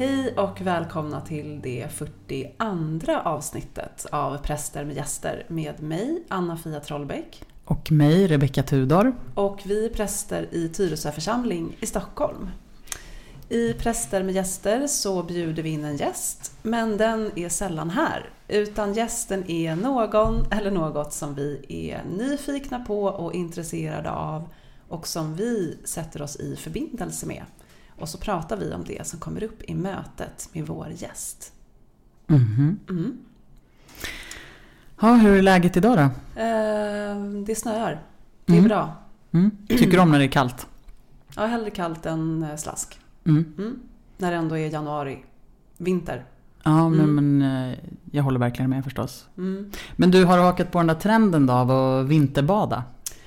Hej och välkomna till det 42 avsnittet av Präster med gäster med mig, Anna-Fia Trollbäck. Och mig, Rebecka Tudor. Och vi är präster i Tyresö församling i Stockholm. I Präster med gäster så bjuder vi in en gäst, men den är sällan här. Utan gästen är någon eller något som vi är nyfikna på och intresserade av och som vi sätter oss i förbindelse med. Och så pratar vi om det som kommer upp i mötet med vår gäst. Ja, hur är läget idag då? Det snöar. Det är bra. Tycker du om när det är kallt? Ja, hellre kallt än slask. När det ändå är januari. Vinter. Ja, men jag håller verkligen med förstås. Men du har hakat på den där trenden då av att vinterbada?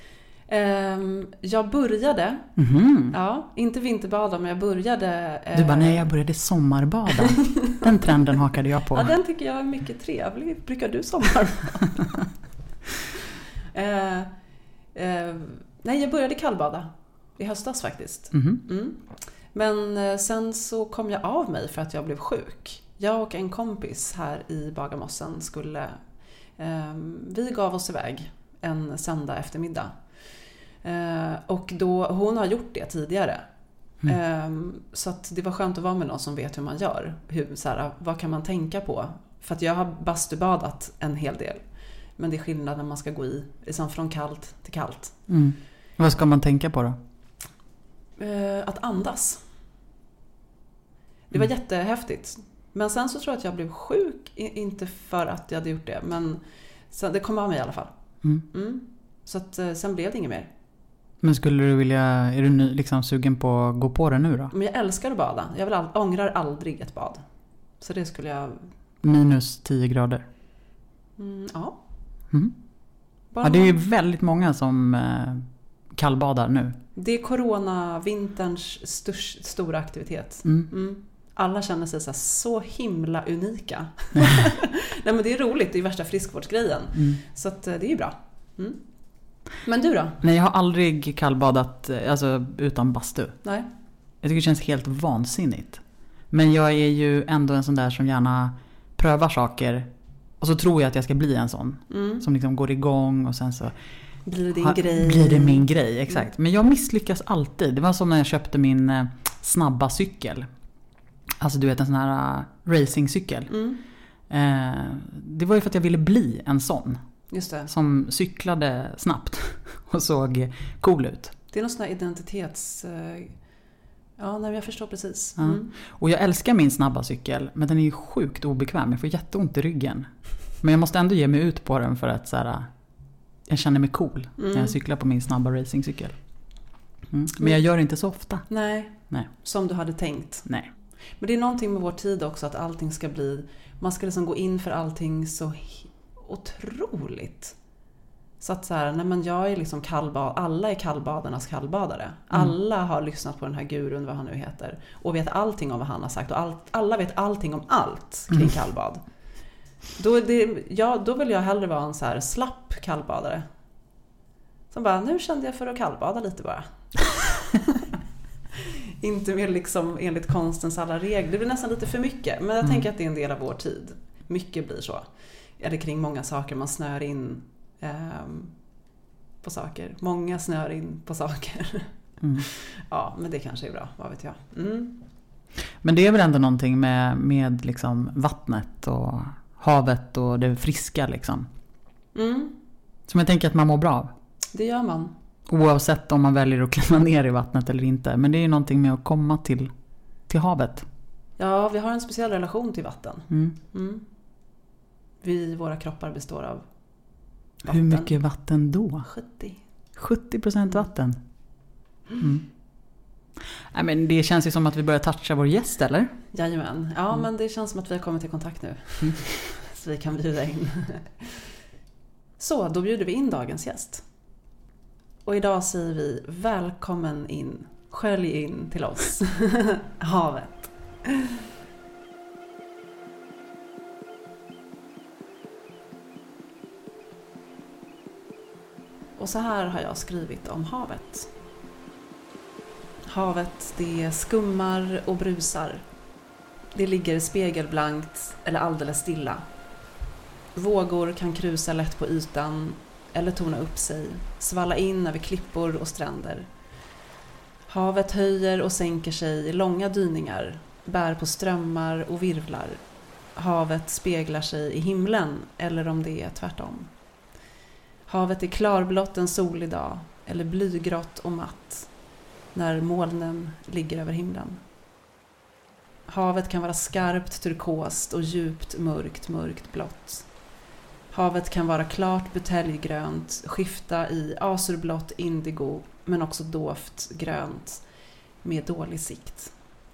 Jag började, ja, inte vinterbada, men jag började... Du bara, nej, jag började sommarbada. Den trenden hakade jag på. Ja, den tycker jag är mycket trevlig. Brukar du sommarbada? Nej, jag började kallbada i höstas faktiskt. Men sen så kom jag av mig för att jag blev sjuk. Jag och en kompis här i Bagarmossen skulle... vi gav oss iväg en söndag eftermiddag. Och då, hon har gjort det tidigare. Så att det var skönt att vara med någon som vet hur man gör. Vad kan man tänka på? För att jag har bastubadat en hel del. Men det är skillnad när man ska gå i liksom från kallt till kallt. Vad ska man tänka på då? Att andas. Det var jättehäftigt. Men sen så tror jag att jag blev sjuk. Inte för att jag hade gjort det. Men sen, det kom av mig i alla fall. Så att sen blev det inget mer. Men skulle du vilja, är du liksom sugen på att gå på det nu då? Men jag älskar att bada. Jag ångrar aldrig ett bad. Så det skulle jag... Minus 10 grader. Ja. Ja, det är ju väldigt många som kallbadar nu. Det är corona-vinterns stora aktivitet. Alla känner sig så himla unika. Nej, men det är roligt, det är värsta friskvårdsgrejen. Så att det är ju bra. Men du då? Nej, jag har aldrig kallbadat alltså, utan bastu. Nej. Jag tycker det känns helt vansinnigt. Men jag är ju ändå en sån där som gärna prövar saker. Och så tror jag att jag ska bli en sån. Som liksom går igång och sen så... Blir det din grej? Blir det min grej, exakt. Men jag misslyckas alltid. Det var som när jag köpte min snabba cykel. Alltså du vet, en sån här racingcykel. Det var ju för att jag ville bli en sån. Just det. Som cyklade snabbt och såg cool ut. Det är någon sån här identitets... Ja, nej, jag förstår precis. Och jag älskar min snabba cykel, men den är ju sjukt obekväm. Jag får jätteont i ryggen. Men jag måste ändå ge mig ut på den för att så här, jag känner mig cool när jag cyklar på min snabba racingcykel. Men jag gör det inte så ofta. Nej, som du hade tänkt. Nej. Men det är någonting med vår tid också att allting ska bli... Man ska liksom gå in för allting så otroligt. Så att så här, nej men jag är liksom alla är kallbadarnas kallbadare. Alla har lyssnat på den här gurun, vad han nu heter. Och vet allting om vad han har sagt. Och alla vet allting om allt kring kallbad. Då vill jag hellre vara en så här slapp kallbadare. Som bara, nu kände jag för att kallbada lite bara. Inte mer liksom enligt konstens alla regler. Det blir nästan lite för mycket. Men jag tänker att det är en del av vår tid. Mycket blir så. Eller kring många saker. Man snör in på saker. Många snör in på saker. Ja, men det kanske är bra. Vad vet jag. Men det är väl ändå någonting med liksom vattnet och havet och det friska liksom. Som jag tänker att man mår bra av. Det gör man. Oavsett om man väljer att klämma ner i vattnet eller inte. Men det är ju någonting med att komma till havet. Ja, vi har en speciell relation till vatten. Våra kroppar består av vatten. Hur mycket vatten då? 70% vatten. Nej, men det känns ju som att vi börjar toucha vår gäst, eller? Jajamän. Ja, men det känns som att vi har kommit i kontakt nu. Så vi kan bjuda in. Så, då bjuder vi in dagens gäst. Och idag säger vi välkommen in. Skölj in till oss. Havet. Och så här har jag skrivit om havet. Havet, det skummar och brusar. Det ligger spegelblankt eller alldeles stilla. Vågor kan krusa lätt på ytan eller torna upp sig, svalla in över klippor och stränder. Havet höjer och sänker sig i långa dyningar, bär på strömmar och virvlar. Havet speglar sig i himlen, eller om det är tvärtom. Havet är klarblått en solig dag, eller blygrått och matt, när molnen ligger över himlen. Havet kan vara skarpt turkost och djupt mörkt blått. Havet kan vara klart buteljgrönt, skifta i azurblått indigo, men också dovt grönt med dålig sikt.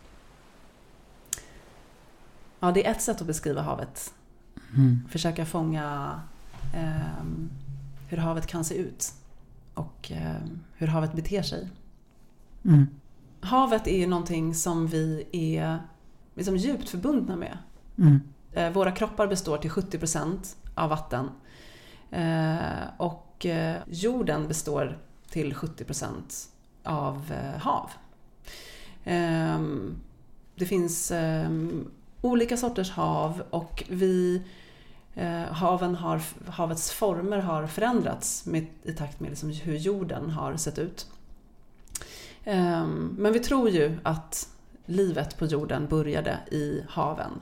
Ja, det är ett sätt att beskriva havet. Försöka fånga hur havet kan se ut och hur havet beter sig. Havet är ju någonting som vi är liksom djupt förbundna med. Våra kroppar består till 70% av vatten. Och jorden består till 70% av hav. Det finns olika sorters hav och havets former har förändrats i takt med liksom hur jorden har sett ut. Men vi tror ju att livet på jorden började i haven.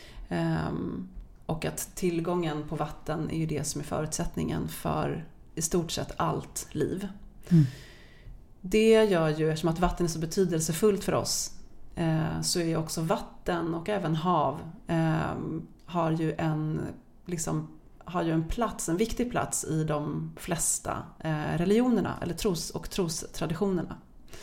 Och att tillgången på vatten är ju det som är förutsättningen för i stort sett allt liv. Det gör ju, eftersom att vatten är så betydelsefullt för oss, så är ju också vatten och även hav har ju en plats, en viktig plats i de flesta religionerna eller trostraditionerna.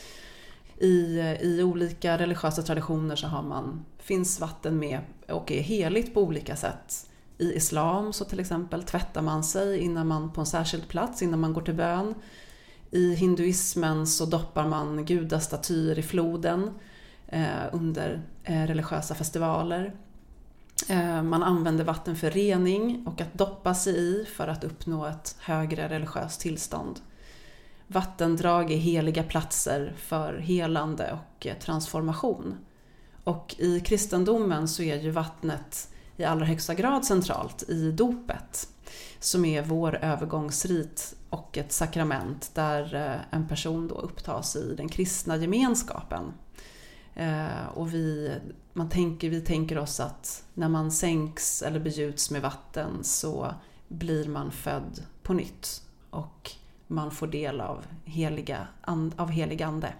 I olika religiösa traditioner så finns vatten med och är heligt på olika sätt. I islam så till exempel tvättar man sig på en särskild plats innan man går till bön. I hinduismen så doppar man gudastatyer i floden under religiösa festivaler. Man använder vatten för rening och att doppa sig i för att uppnå ett högre religiöst tillstånd. Vattendrag är heliga platser för helande och transformation. Och i kristendomen så är ju vattnet i allra högsta grad centralt i dopet, som är vår övergångsrit och ett sakrament där en person då upptas i den kristna gemenskapen. Och vi tänker oss att när man sänks eller begjuts med vatten så blir man född på nytt och man får del av helig ande.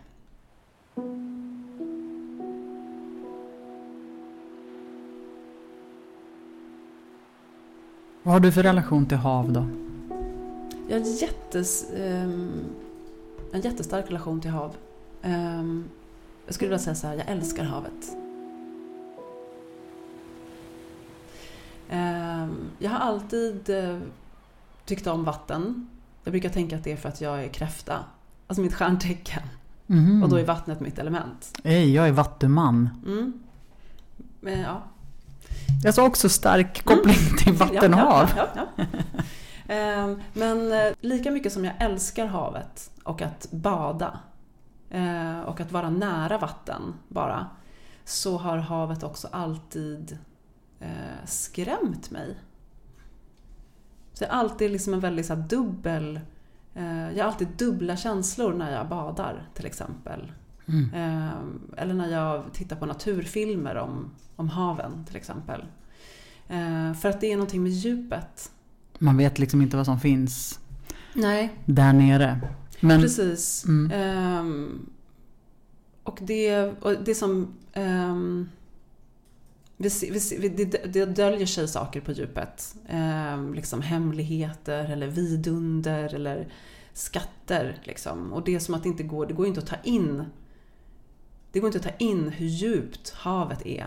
Vad har du för relation till hav då? Jag har en jättestark relation till hav. Jag skulle vilja säga så här, jag älskar havet. Jag har alltid tyckt om vatten. Jag brukar tänka att det är för att jag är kräfta. Alltså mitt stjärntecken. Och då är vattnet mitt element. Jag är vattuman. Men, ja. Jag har också stark koppling till vatten och hav. Ja. Men lika mycket som jag älskar havet och att bada och att vara nära vatten bara, så har havet också alltid skrämt mig. Så jag är alltid liksom en väldigt så här dubbel. Jag har alltid dubbla känslor när jag badar till exempel. Eller när jag tittar på naturfilmer om haven till exempel. För att det är någonting med djupet. Man vet liksom inte vad som finns. Nej. Där nere. Men, precis. Och det som det döljer sig saker på djupet. Liksom hemligheter eller vidunder eller skatter liksom. Och det är som att det går inte att ta in. Det går inte att ta in hur djupt havet är.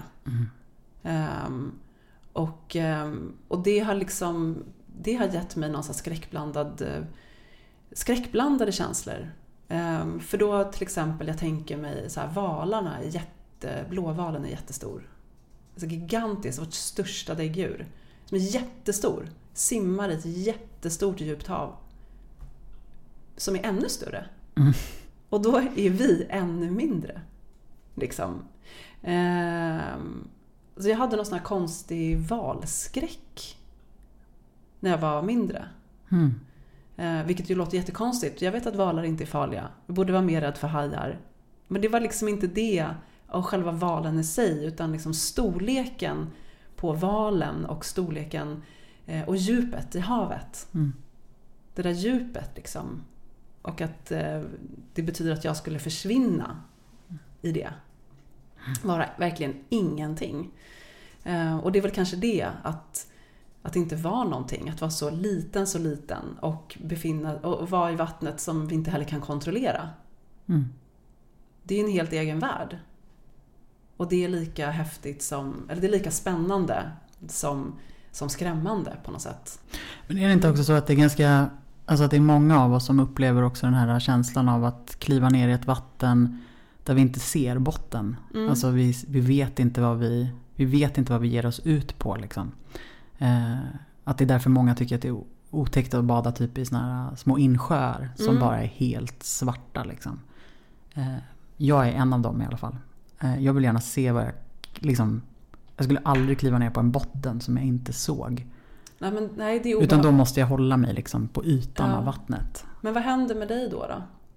Och det har gett mig någon sorts skräckblandade känslor. För då till exempel, jag tänker mig så här, valarna blåvalen är jättestor. Alltså gigantisk, vårt största däggdjur. Som är jättestor. Simmar i ett jättestort djupt hav. Som är ännu större. Och då är vi ännu mindre. Liksom. Så jag hade någon sån här konstig valskräck när jag var mindre. Vilket ju låter jättekonstigt. Jag vet att valar inte är farliga. Vi borde vara mer rädd för hajar. Men det var liksom inte det av själva valen i sig, utan liksom storleken på valen och storleken och djupet i havet. Det där djupet liksom. Och att det betyder att jag skulle försvinna i det. Vara verkligen ingenting. Och det är väl kanske det, att inte vara någonting. Att vara så liten och vara i vattnet som vi inte heller kan kontrollera. Det är en helt egen värld. Och det är lika häftigt eller det är lika spännande som skrämmande på något sätt. Men är det inte också så att det är ganska, alltså att det är många av oss som upplever också den här känslan av att kliva ner i ett vatten där vi inte ser botten. Alltså vi vet inte vad vi vet inte vad vi ger oss ut på liksom. Att det är därför många tycker att det är otäckt att bada typ i såna här små insjöar som bara är helt svarta liksom. Jag är en av dem i alla fall. Jag vill gärna se vad jag skulle aldrig kliva ner på en botten som jag inte såg. Nej, det är utan då måste jag hålla mig liksom på ytan av vattnet. Men vad händer med dig då?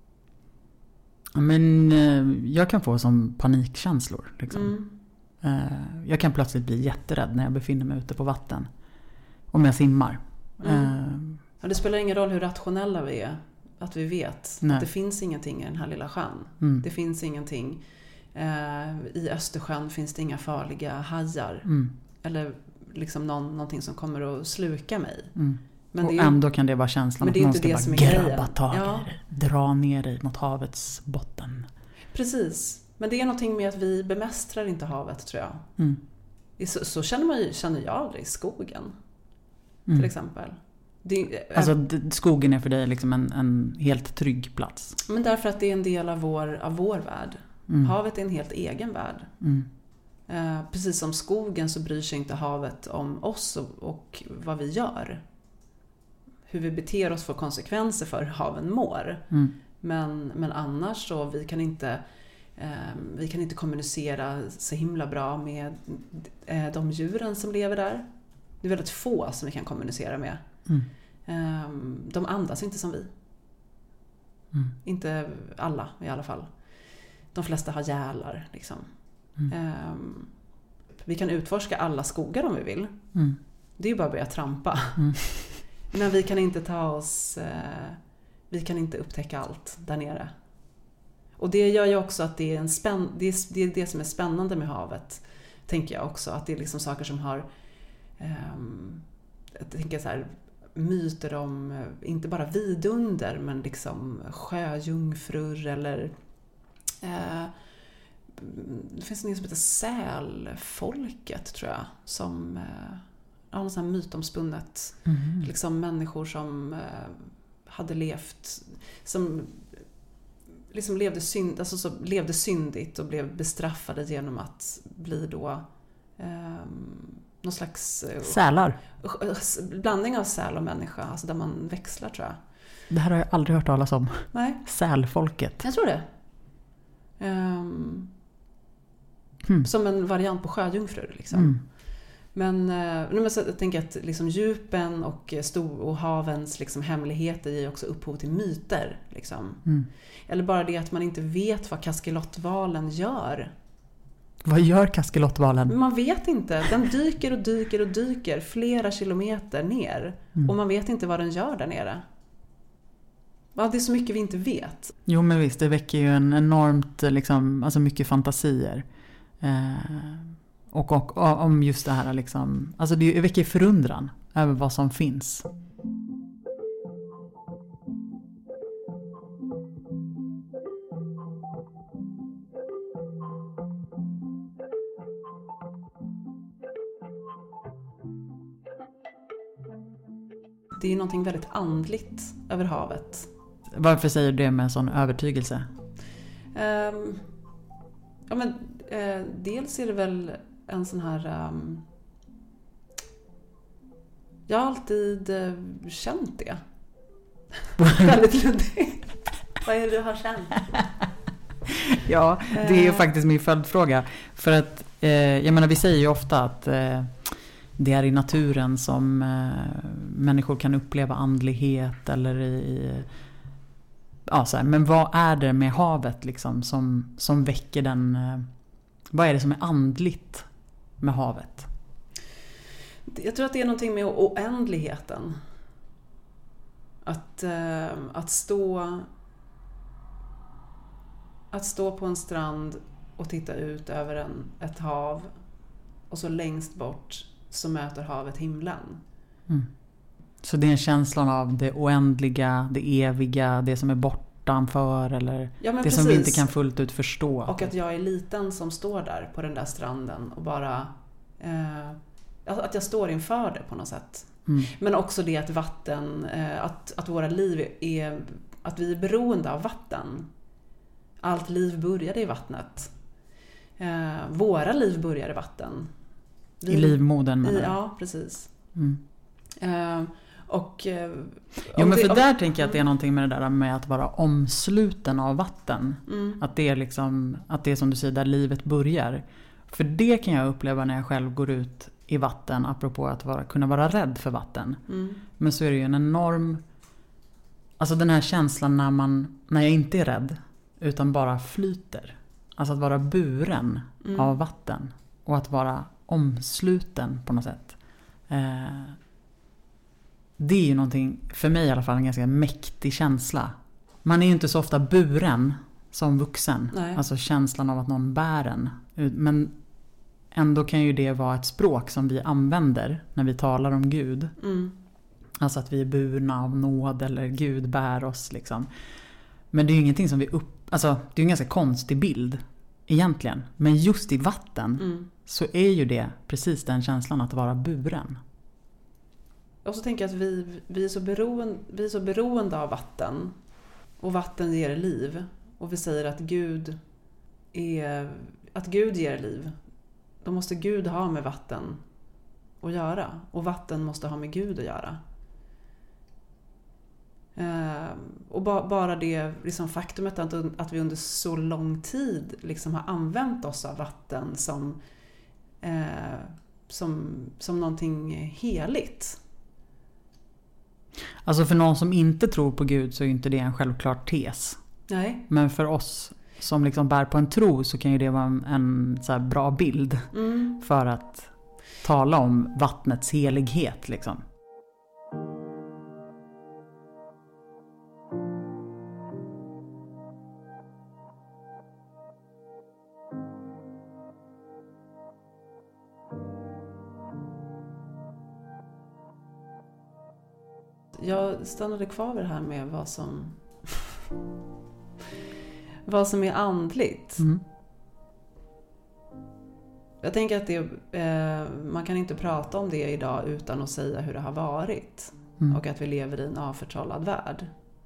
Men jag kan få som panikkänslor liksom. Jag kan plötsligt bli jätterädd när jag befinner mig ute på vatten. Om jag simmar. Det spelar ingen roll hur rationella vi är. Att vi vet att det finns ingenting i den här lilla sjön. Det finns ingenting. I Östersjön finns det inga farliga hajar. Eller liksom någonting som kommer att sluka mig. Men och ändå kan det vara känslan att någon ska bara grabba tag i dig. Dra ner dig mot havets botten. Precis. Men det är någonting med att vi bemästrar inte havet, tror jag. Så känner jag det i skogen. Till exempel. Alltså skogen är för dig liksom en helt trygg plats. Men därför att det är en del av vår värld. Havet är en helt egen värld. Precis som skogen så bryr sig inte havet om oss och vad vi gör. Hur vi beter oss får konsekvenser för hur haven mår. Men annars så vi kan inte kommunicera så himla bra med de djuren som lever där. Det är väldigt få som vi kan kommunicera med. De andas inte som vi. Inte alla i alla fall. De flesta har gälar liksom. Vi kan utforska alla skogar om vi vill. Det är ju bara att börja trampa. Men vi kan inte vi kan inte upptäcka allt där nere. Och det gör ju också att det är det som är spännande med havet, tänker jag också, att det är liksom saker som har jag tänker så här, myter om inte bara vidunder men liksom sjöjungfrur eller det finns något som heter sälfolket, tror jag, som har något sånt här mytomspunnet liksom människor som hade levt som liksom levde syndigt och blev bestraffade genom att bli då någon slags sälar. Blandning av säl och människa, alltså där man växlar, tror jag. Det här har jag aldrig hört talas om. Nej. Sälfolket. Jag tror det. Som en variant på sjöjungfrur liksom. Men jag tänker att liksom djupen och havens liksom hemligheter ger också upphov till myter liksom. Eller bara det att man inte vet vad kaskelottvalen gör. Vad gör kaskelottvalen? Man vet inte. Den dyker och dyker och dyker flera kilometer ner. Och man vet inte vad den gör där nere. Ja, det är så mycket vi inte vet. Jo, men visst, det väcker ju en enormt liksom, alltså mycket fantasier. Och om just det här liksom, alltså det väcker förundran över vad som finns. Det är ju någonting väldigt andligt över havet. Varför säger du det med en sån övertygelse? Ja, men dels är det väl en sån här jag har alltid känt det. Väldigt luddigt. Vad är det du har känt? Ja, det är ju faktiskt min följdfråga. För att Jag menar, vi säger ju ofta att det är i naturen som människor kan uppleva andlighet eller så här. Men vad är det med havet liksom som väcker den... vad är det som är andligt med havet? Jag tror att det är någonting med oändligheten. Att stå på en strand och titta ut över ett hav, och så längst bort så möter havet himlen. Mm. Så det är en känslan av det oändliga, det eviga, det som är bortanför, eller det precis. Som vi inte kan fullt ut förstå. Och att jag är liten som står där på den där stranden och bara... att jag står inför det på något sätt. Mm. Men också det att vatten, att våra liv är... Att vi är beroende av vatten. Allt liv började i vattnet. Våra liv börjar i vatten. I livmodern menar jag. Ja, precis. Mm. Men där tänker jag att det är någonting med det där med att vara omsluten av vatten. Mm. Att det är liksom, att det är som du säger, där livet börjar. För det kan jag uppleva när jag själv går ut i vatten, apropå att kunna vara rädd för vatten. Mm. Men så är det ju en enorm... Alltså den här känslan när jag inte är rädd utan bara flyter. Alltså att vara buren av vatten. Och att vara omsluten på något sätt. Det är ju någonting, för mig i alla fall, en ganska mäktig känsla. Man är ju inte så ofta buren som vuxen. Nej. Alltså känslan av att någon bär en. Men ändå kan ju det vara ett språk som vi använder när vi talar om Gud. Mm. Alltså att vi är burna av nåd eller Gud bär oss liksom. Men det är ju ingenting som alltså det är en ganska konstig bild egentligen. Men just i vatten så är ju det precis den känslan, att vara buren. Och så tänker jag att vi är så beroende av vatten. Och vatten ger liv. Och vi säger att Gud ger liv. Då måste Gud ha med vatten att göra. Och vatten måste ha med Gud att göra. Och bara det liksom faktumet att vi under så lång tid liksom har använt oss av vatten som någonting heligt. Alltså för någon som inte tror på Gud så är inte det en självklar tes. Nej. Men för oss som liksom bär på en tro så kan ju det vara en så här bra bild för att tala om vattnets helighet liksom. Jag stannade kvar vid det här med vad som är andligt. Mm. Jag tänker att man kan inte prata om det idag utan att säga hur det har varit. Och att vi lever i en avförtrollad värld.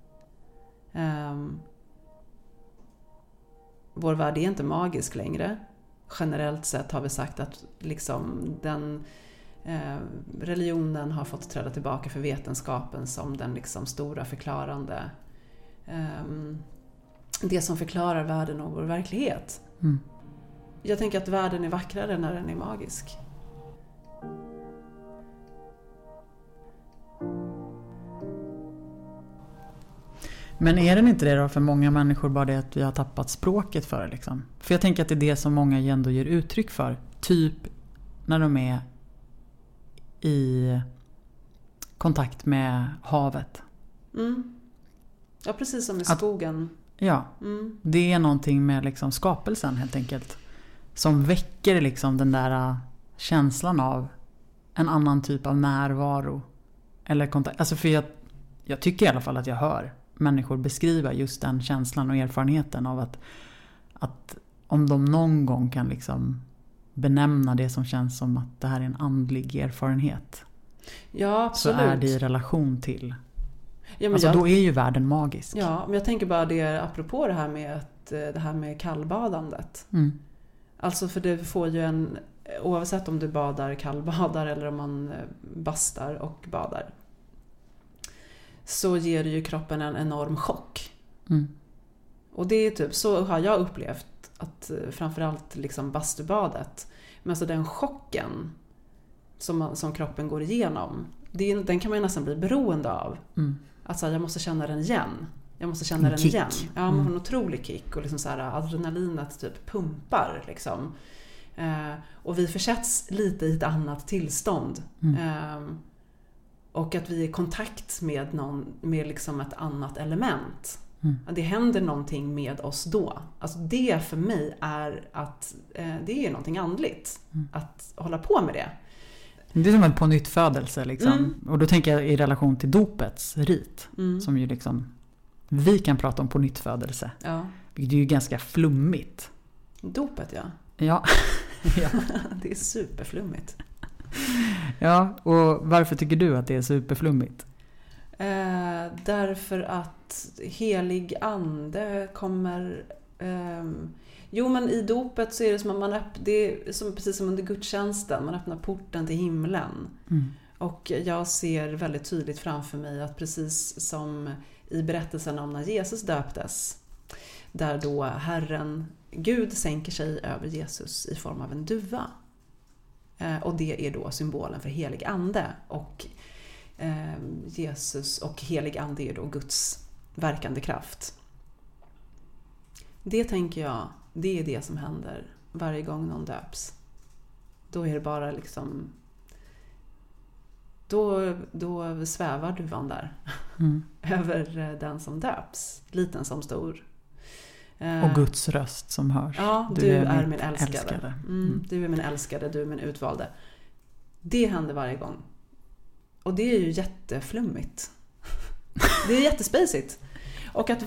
Vår värld är inte magisk längre. Generellt sett har vi sagt att liksom religionen har fått träda tillbaka för vetenskapen som den liksom stora förklarande, det som förklarar världen och vår verklighet. Jag tänker att världen är vackrare när den är magisk. Men är den inte det då för många människor, bara det att vi har tappat språket för det liksom? För jag tänker att det är det som många ändå ger uttryck för. Typ när de är i kontakt med havet. Ja, precis som i skogen. Ja, det är någonting med liksom skapelsen helt enkelt. Som väcker liksom den där känslan av en annan typ av närvaro. Eller kontakt. Alltså för jag tycker i alla fall att jag hör människor beskriva just den känslan och erfarenheten av att om de någon gång kan liksom benämna det som känns som att det här är en andlig erfarenhet. Ja, absolut. Så är det i relation till. Ja, men då är ju världen magisk. Ja, men jag tänker bara det apropå det här med kallbadandet. Alltså för det får ju oavsett om du kallbadar eller om man bastar och badar, så ger det ju kroppen en enorm chock. Och det är typ så har jag upplevt att framförallt liksom bastubadet. Men alltså den chocken som kroppen går igenom, den kan man ju nästan bli beroende av. Alltså jag måste känna den igen. Jag måste känna den igen. Ja, man har en otrolig kick och liksom så här, adrenalinet typ pumpar liksom. Och vi försätts lite i ett annat tillstånd. Och att vi är i kontakt med liksom ett annat element. Det händer någonting med oss då. Alltså det för mig är att det är någonting andligt. Att hålla på med det. Det är som en pånyttfödelse liksom. Och då tänker jag i relation till dopets rit. Som ju liksom, vi kan prata om pånyttfödelse. Ja. Vilket är ju ganska flummigt. Dopet, ja. Ja. Det är superflummigt. Ja, och varför tycker du att det är superflummigt? Därför att helig ande kommer... Jo, men i dopet så är det som att det är precis som under gudstjänsten. Man öppnar porten till himlen. Och jag ser väldigt tydligt framför mig att precis som i berättelsen om när Jesus döptes, där då Herren, Gud sänker sig över Jesus i form av en duva. Och det är då symbolen för helig ande. Och Jesus och helig ande är då Guds verkande kraft. Det tänker jag, det är det som händer varje gång någon döps. Då är det bara liksom... Då svävar duvan där. Över den som döps. Liten som stor. Och Guds röst som hörs. Ja, du är min älskade. Du är min älskade, du är min utvalde. Det händer varje gång. Och det är ju jätteflummigt. Det är jättespacigt. Och att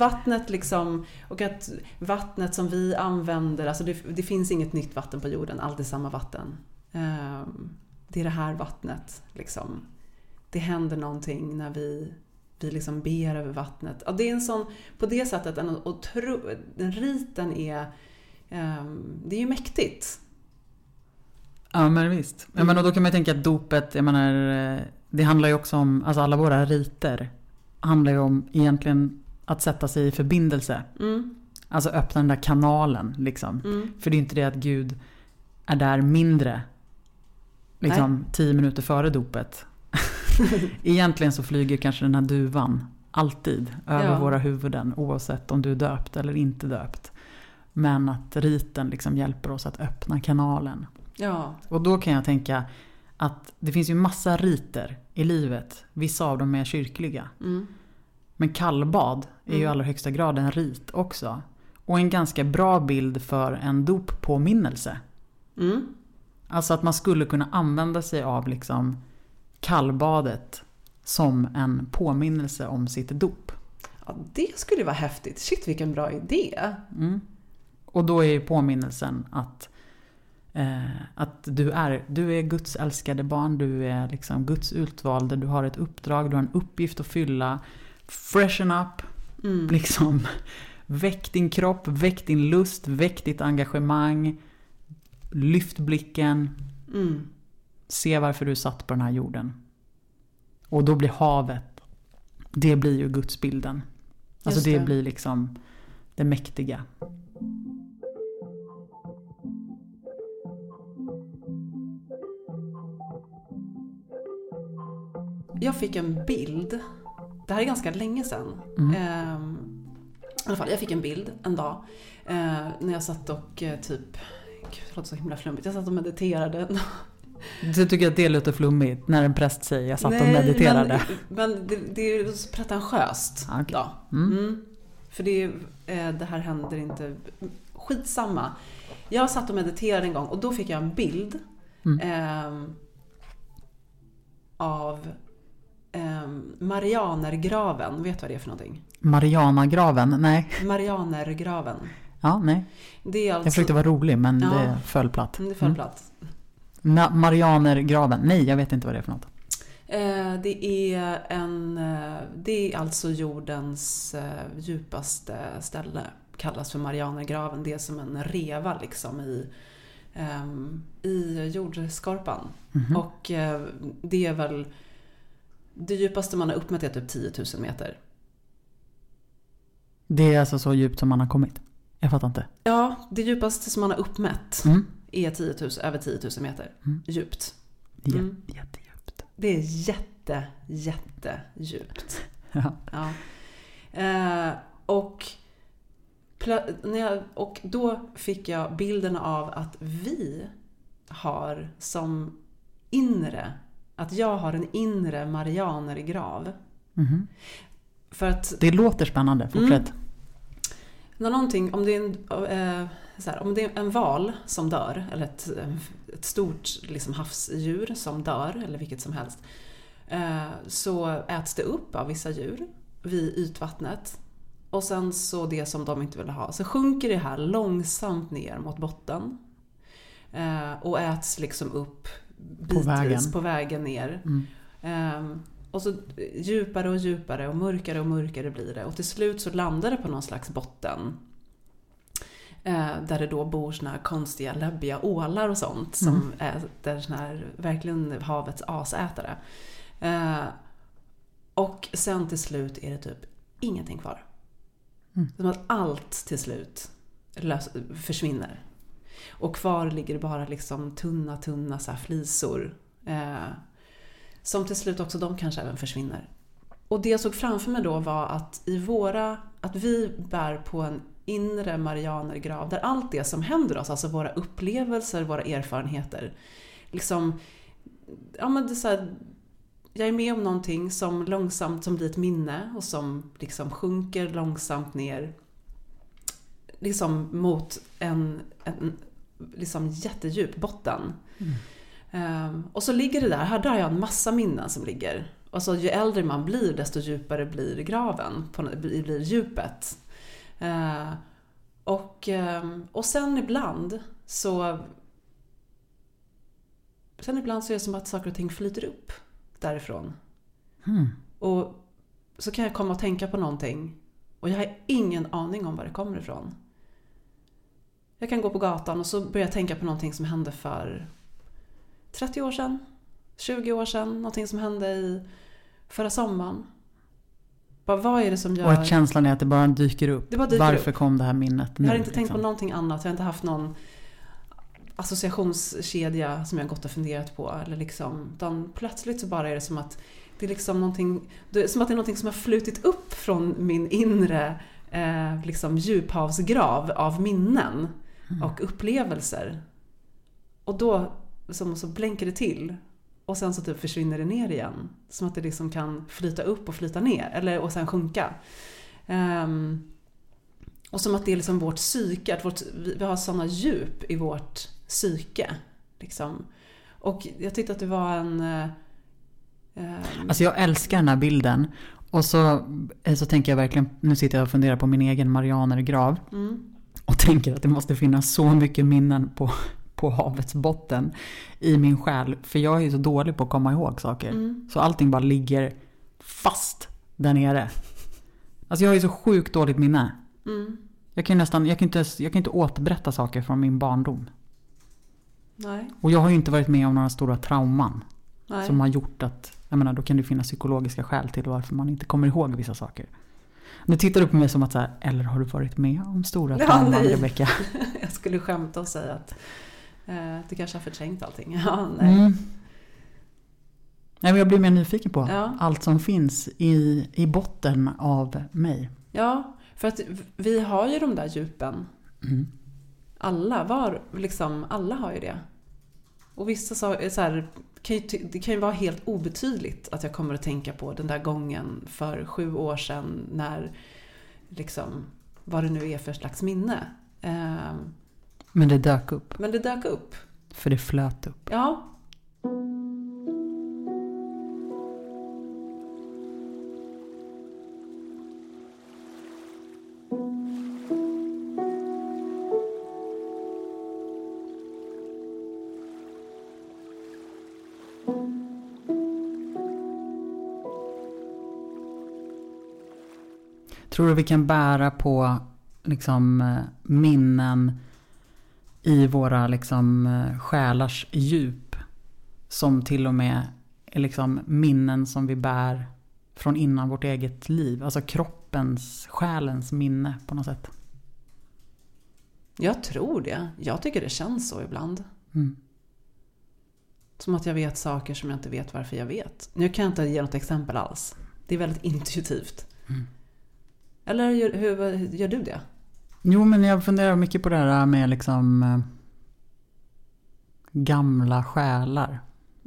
vattnet som vi använder, alltså det finns inget nytt vatten på jorden, alltid samma vatten. Det är det här vattnet liksom. Det händer någonting när vi liksom ber över vattnet. Ja, det är en sån, på det sättet den riten är det är ju mäktigt. Ja, men visst. Ja, men och då kan man tänka att dopet, jag menar, det handlar ju också om, alltså alla våra riter handlar ju om egentligen att sätta sig i förbindelse. Alltså öppna den där kanalen liksom. För det är inte det att Gud är där mindre liksom 10 minuter före dopet. Egentligen så flyger kanske den här duvan alltid över våra huvuden, oavsett om du är döpt eller inte döpt. Men att riten liksom hjälper oss att öppna kanalen. Ja. Och då kan jag tänka att det finns ju massa riter i livet. Vissa av dem är kyrkliga. Men kallbad är ju i allra högsta grad en rit också. Och en ganska bra bild för en doppåminnelse. Alltså att man skulle kunna använda sig av liksom kallbadet som en påminnelse om sitt dop. Ja, det skulle vara häftigt. Shit, vilken bra idé. Och då är ju påminnelsen att du är Guds älskade barn, du är liksom Guds utvalde, du har ett uppdrag, du har en uppgift att fylla. Freshen up, liksom väck din kropp, väck din lust, väck ditt engagemang, lyft blicken, se varför du är satt på den här jorden. Och då blir havet, det blir ju Guds bilden. Alltså det blir liksom det mäktiga. Jag fick en bild. Det här är ganska länge sedan. I alla fall, jag fick en bild en dag när jag satt och typ... Gud, det låter så himla flummigt. Jag satt och mediterade. Du tycker att det låter flummigt när en präst säger jag satt och mediterade? Men det är så pretentiöst. Okay. Då. För det här händer inte... Skitsamma. Jag satt och mediterade en gång och då fick jag en bild av... Marianergraven, vet du vad det är för någonting? Marianagraven, nej. Marianergraven. Ja, nej. Det är alltså... Jag försökte vara rolig, men det föll platt. Det föll platt. Marianergraven, nej, jag vet inte vad det är för något. Det är alltså jordens djupaste ställe. Kallas för Marianergraven. Det är som en reva liksom i jordskorpan. Och det är väl det djupaste man har uppmätt är typ 10 000 meter. Det är alltså så djupt som man har kommit? Jag fattar inte. Ja, det djupaste som man har uppmätt är över 10 000 meter djupt. Jättedjupt. Det är jättedjupt. Ja. Och då fick jag bilden av att vi har som inre, att jag har en inre Marianergrav. För att det låter spännande, fortsätt. Om det är en val som dör, eller ett stort liksom havsdjur som dör, eller vilket som helst, så äts det upp av vissa djur vid ytvattnet. Och sen så det som de inte vill ha, så sjunker det här långsamt ner mot botten. Och äts liksom upp bitvis på vägen ner. Och så djupare och djupare och mörkare blir det. Och till slut så landar det på någon slags botten. Där det då bor såna här konstiga läbbiga ålar och sånt. Som är såna här, verkligen havets asätare. Och sen till slut är det typ ingenting kvar. Som att allt till slut försvinner. Och kvar ligger bara liksom tunna så här flisor. Som till slut också de kanske även försvinner. Och det jag såg framför mig då var att att vi bär på en inre Marianergrav där allt det som händer oss, alltså våra upplevelser, våra erfarenheter, liksom, ja men det är så här, jag är med om någonting som långsamt som blir ett minne och som liksom sjunker långsamt ner liksom mot en liksom jättedjup botten. Och så ligger det där har jag en massa minnen som ligger. Och så ju äldre man blir, desto djupare blir graven, blir djupet. Och sen ibland så är det som att saker och ting flyter upp därifrån. Och så kan jag komma och tänka på någonting och jag har ingen aning om var det kommer ifrån. Jag kan gå på gatan och så börjar jag tänka på någonting som hände för 30 år sedan, 20 år sedan, någonting som hände förra sommaren. Vad är det som gör... Och att känslan är att det bara dyker upp. Varför kom det här minnet nu? Jag har inte tänkt på någonting annat. Jag har inte haft någon associationskedja som jag gått och funderat på. Eller liksom, plötsligt så bara är det som att det är liksom någonting, som att det är någonting som har flutit upp från min inre liksom djuphavsgrav av minnen och upplevelser. Och då så blänker det till. Och sen så typ försvinner det ner igen. Som att det liksom kan flyta upp och flyta ner. Och sen sjunka. Och som att det är liksom vårt psyke. Vi har sådana djup i vårt psyke. Liksom. Och jag tyckte att det var en... Alltså jag älskar den här bilden. Och så tänker jag verkligen... Nu sitter jag och funderar på min egen Marianergrav. Och tänker att det måste finnas så mycket minnen på havets botten i min själ. För jag är ju så dålig på att komma ihåg saker. Så allting bara ligger fast där nere. Alltså jag har ju så sjukt dåligt minne. Jag kan inte återberätta saker från min barndom. Nej. Och jag har ju inte varit med om några stora trauman. Nej. Som har gjort att, jag menar, då kan det finnas psykologiska skäl till varför man inte kommer ihåg vissa saker. Nu tittar du på mig som att så här, eller har du varit med om stora trauman, Rebecka? Jag skulle skämta och säga att du kanske har förträngt allting. Ja, nej. Nej, men jag blir mer nyfiken på allt som finns i botten av mig. Ja, för att vi har ju de där djupen. Alla har ju det. Och vissa så här, det kan ju vara helt obetydligt att jag kommer att tänka på den där gången för 7 år sedan när liksom, vad det nu är för slags minne. Men det dök upp. För det flöt upp. Ja. Tror du vi kan bära på liksom minnen i våra liksom själars djup som till och med är liksom minnen som vi bär från innan vårt eget liv, alltså själens minne på något sätt? Jag tror det. Jag tycker det känns så ibland. Som att jag vet saker som jag inte vet varför jag vet. Nu kan jag inte ge något exempel alls. Det är väldigt intuitivt. Eller hur gör du det? Jo, men jag funderar mycket på det här med liksom gamla själar.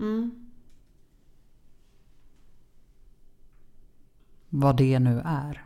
Vad det nu är.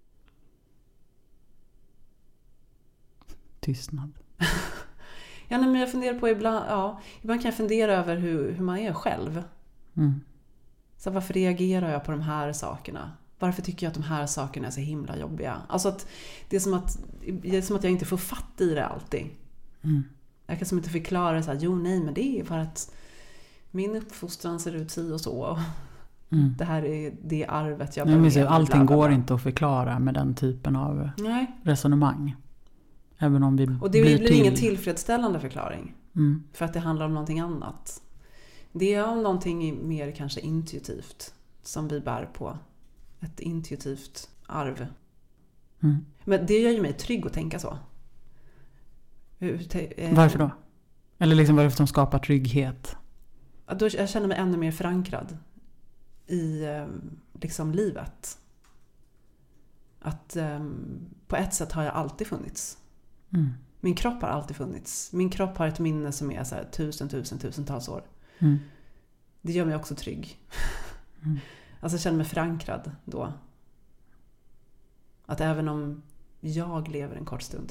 Tystnad. Ja, men jag funderar på ibland kan jag fundera över hur man är själv. Så varför reagerar jag på de här sakerna? Varför tycker jag att de här sakerna är så himla jobbiga? Alltså att det är som att jag inte får fatt i det alltid. Jag kan som inte förklara så här, men det är för att min uppfostran ser ut si och så. Det här är det arvet jag behöver. Allting går inte att förklara med den typen av resonemang. Även om vi och det blir ingen tillfredsställande förklaring. För att det handlar om någonting annat. Det är om någonting mer kanske intuitivt som vi bär på. Ett intuitivt arv. Men det gör ju mig trygg att tänka så. Varför då? Eller liksom vad är det som skapar trygghet? Då jag känner mig ännu mer förankrad i liksom livet. Att på ett sätt har jag alltid funnits. Min kropp har alltid funnits. Min kropp har ett minne som är så här tusentals år. Det gör mig också trygg. Alltså jag känner mig förankrad då. Att även om jag lever en kort stund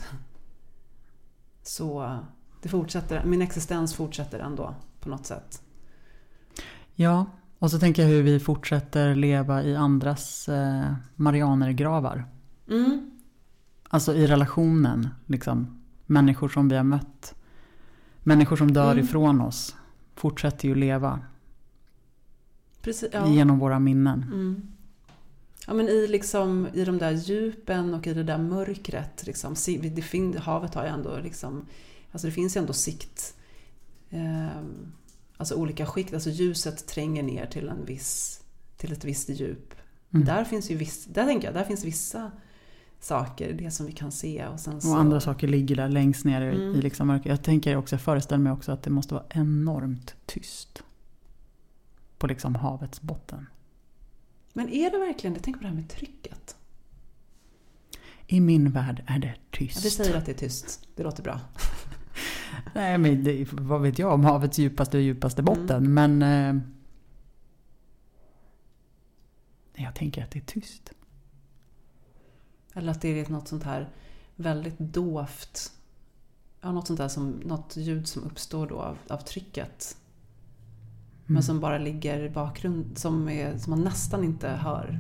så det fortsätter, min existens fortsätter ändå på något sätt. Ja, och så tänker jag hur vi fortsätter leva i andras marianergravar. Alltså i relationen liksom. Människor som vi har mött. Människor som dör ifrån oss fortsätter ju leva. Precis, ja. Genom våra minnen. Ja, men i de där djupen och i det där mörkret liksom, havet har ju ändå liksom, alltså det finns ju ändå sikt, alltså olika skikt, alltså ljuset tränger ner till ett visst djup. Där finns ju där finns vissa saker, det som vi kan se och sen så... Och andra saker ligger där längst ner i liksom mörkret. Jag föreställer mig också att det måste vara enormt tyst på liksom havets botten. Men är det verkligen det? Tänk på det här med trycket. I min värld är det tyst. Ja, vi säger att det är tyst. Det låter bra. Nej, men vad vet jag om havets djupaste botten. Men jag tänker att det är tyst. Eller att det är något sånt här väldigt dovt. Ja, något sånt där som något ljud som uppstår då av trycket. Men som bara ligger i bakgrund, som man nästan inte hör.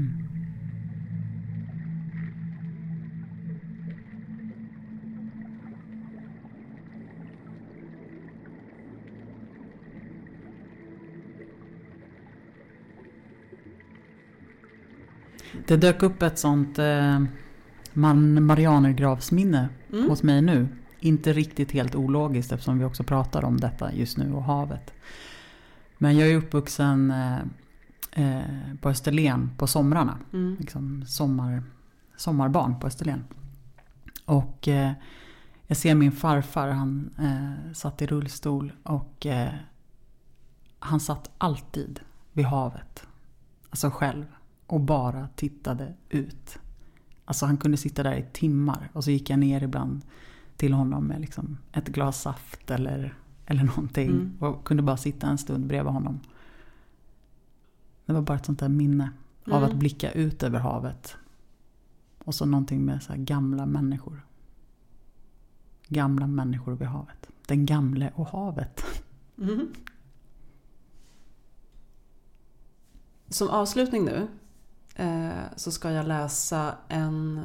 Det dök upp ett sånt marianergravsminne hos mig nu. Inte riktigt helt ologiskt eftersom vi också pratar om detta just nu och havet. Men jag är uppvuxen på Österlen på somrarna. Liksom sommarbarn på Österlen. Och jag ser min farfar, han satt i rullstol och han satt alltid vid havet. Alltså själv. Och bara tittade ut. Alltså han kunde sitta där i timmar. Och så gick jag ner ibland till honom med liksom ett glas saft eller någonting. Och kunde bara sitta en stund bredvid honom. Det var bara ett sånt där minne av att blicka ut över havet. Och så någonting med så här gamla människor. Gamla människor vid havet. Den gamle och havet. Som avslutning nu så ska jag läsa en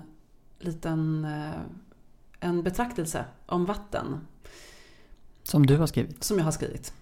betraktelse om vatten. Som du har skrivit? Som jag har skrivit.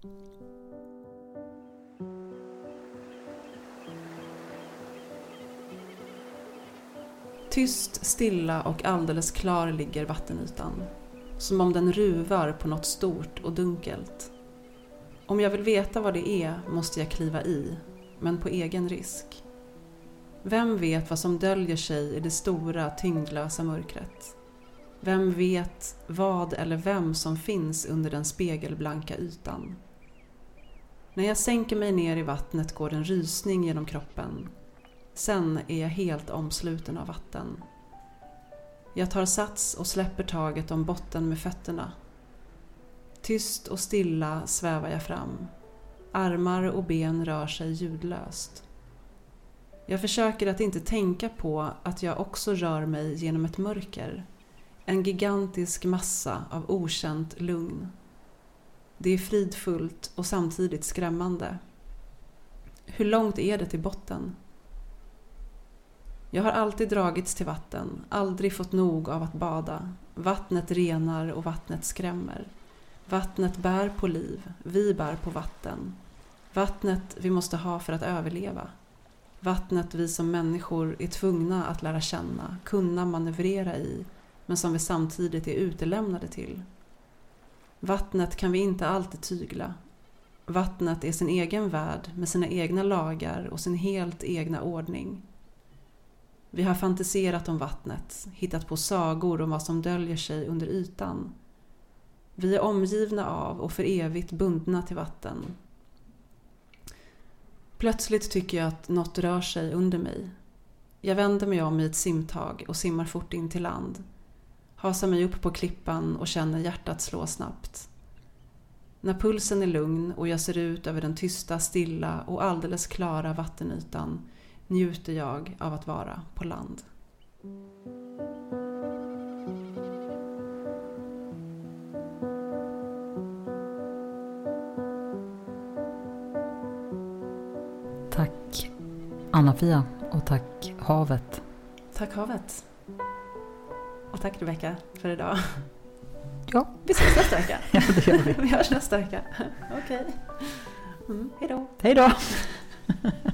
Tyst, stilla och alldeles klar ligger vattenytan. Som om den ruvar på något stort och dunkelt. Om jag vill veta vad det är måste jag kliva i, men på egen risk. Vem vet vad som döljer sig i det stora, tyngdlösa mörkret? Vem vet vad eller vem som finns under den spegelblanka ytan? När jag sänker mig ner i vattnet går en rysning genom kroppen. Sen är jag helt omsluten av vatten. Jag tar sats och släpper taget om botten med fötterna. Tyst och stilla svävar jag fram. Armar och ben rör sig ljudlöst. Jag försöker att inte tänka på att jag också rör mig genom ett mörker. En gigantisk massa av okänt lugn. Det är fridfullt och samtidigt skrämmande. Hur långt är det till botten? Jag har alltid dragits till vatten, aldrig fått nog av att bada. Vattnet renar och vattnet skrämmer. Vattnet bär på liv, vi bär på vatten. Vattnet vi måste ha för att överleva. Vattnet vi som människor är tvungna att lära känna, kunna manövrera i, men som vi samtidigt är utelämnade till. Vattnet kan vi inte alltid tygla. Vattnet är sin egen värld med sina egna lagar och sin helt egna ordning. Vi har fantiserat om vattnet, hittat på sagor om vad som döljer sig under ytan. Vi är omgivna av och för evigt bundna till vatten. Plötsligt tycker jag att något rör sig under mig. Jag vänder mig om i ett simtag och simmar fort in till land. Hasar mig upp på klippan och känner hjärtat slå snabbt. När pulsen är lugn och jag ser ut över den tysta, stilla och alldeles klara vattenytan njuter jag av att vara på land. Tack Anna-Fia och tack havet. Tack havet. Och tack Rebecka för idag. Ja. Vi ses nästa vecka. Ja, det gör vi. Vi hörs nästa vecka. Okej. Hej då. Hej då.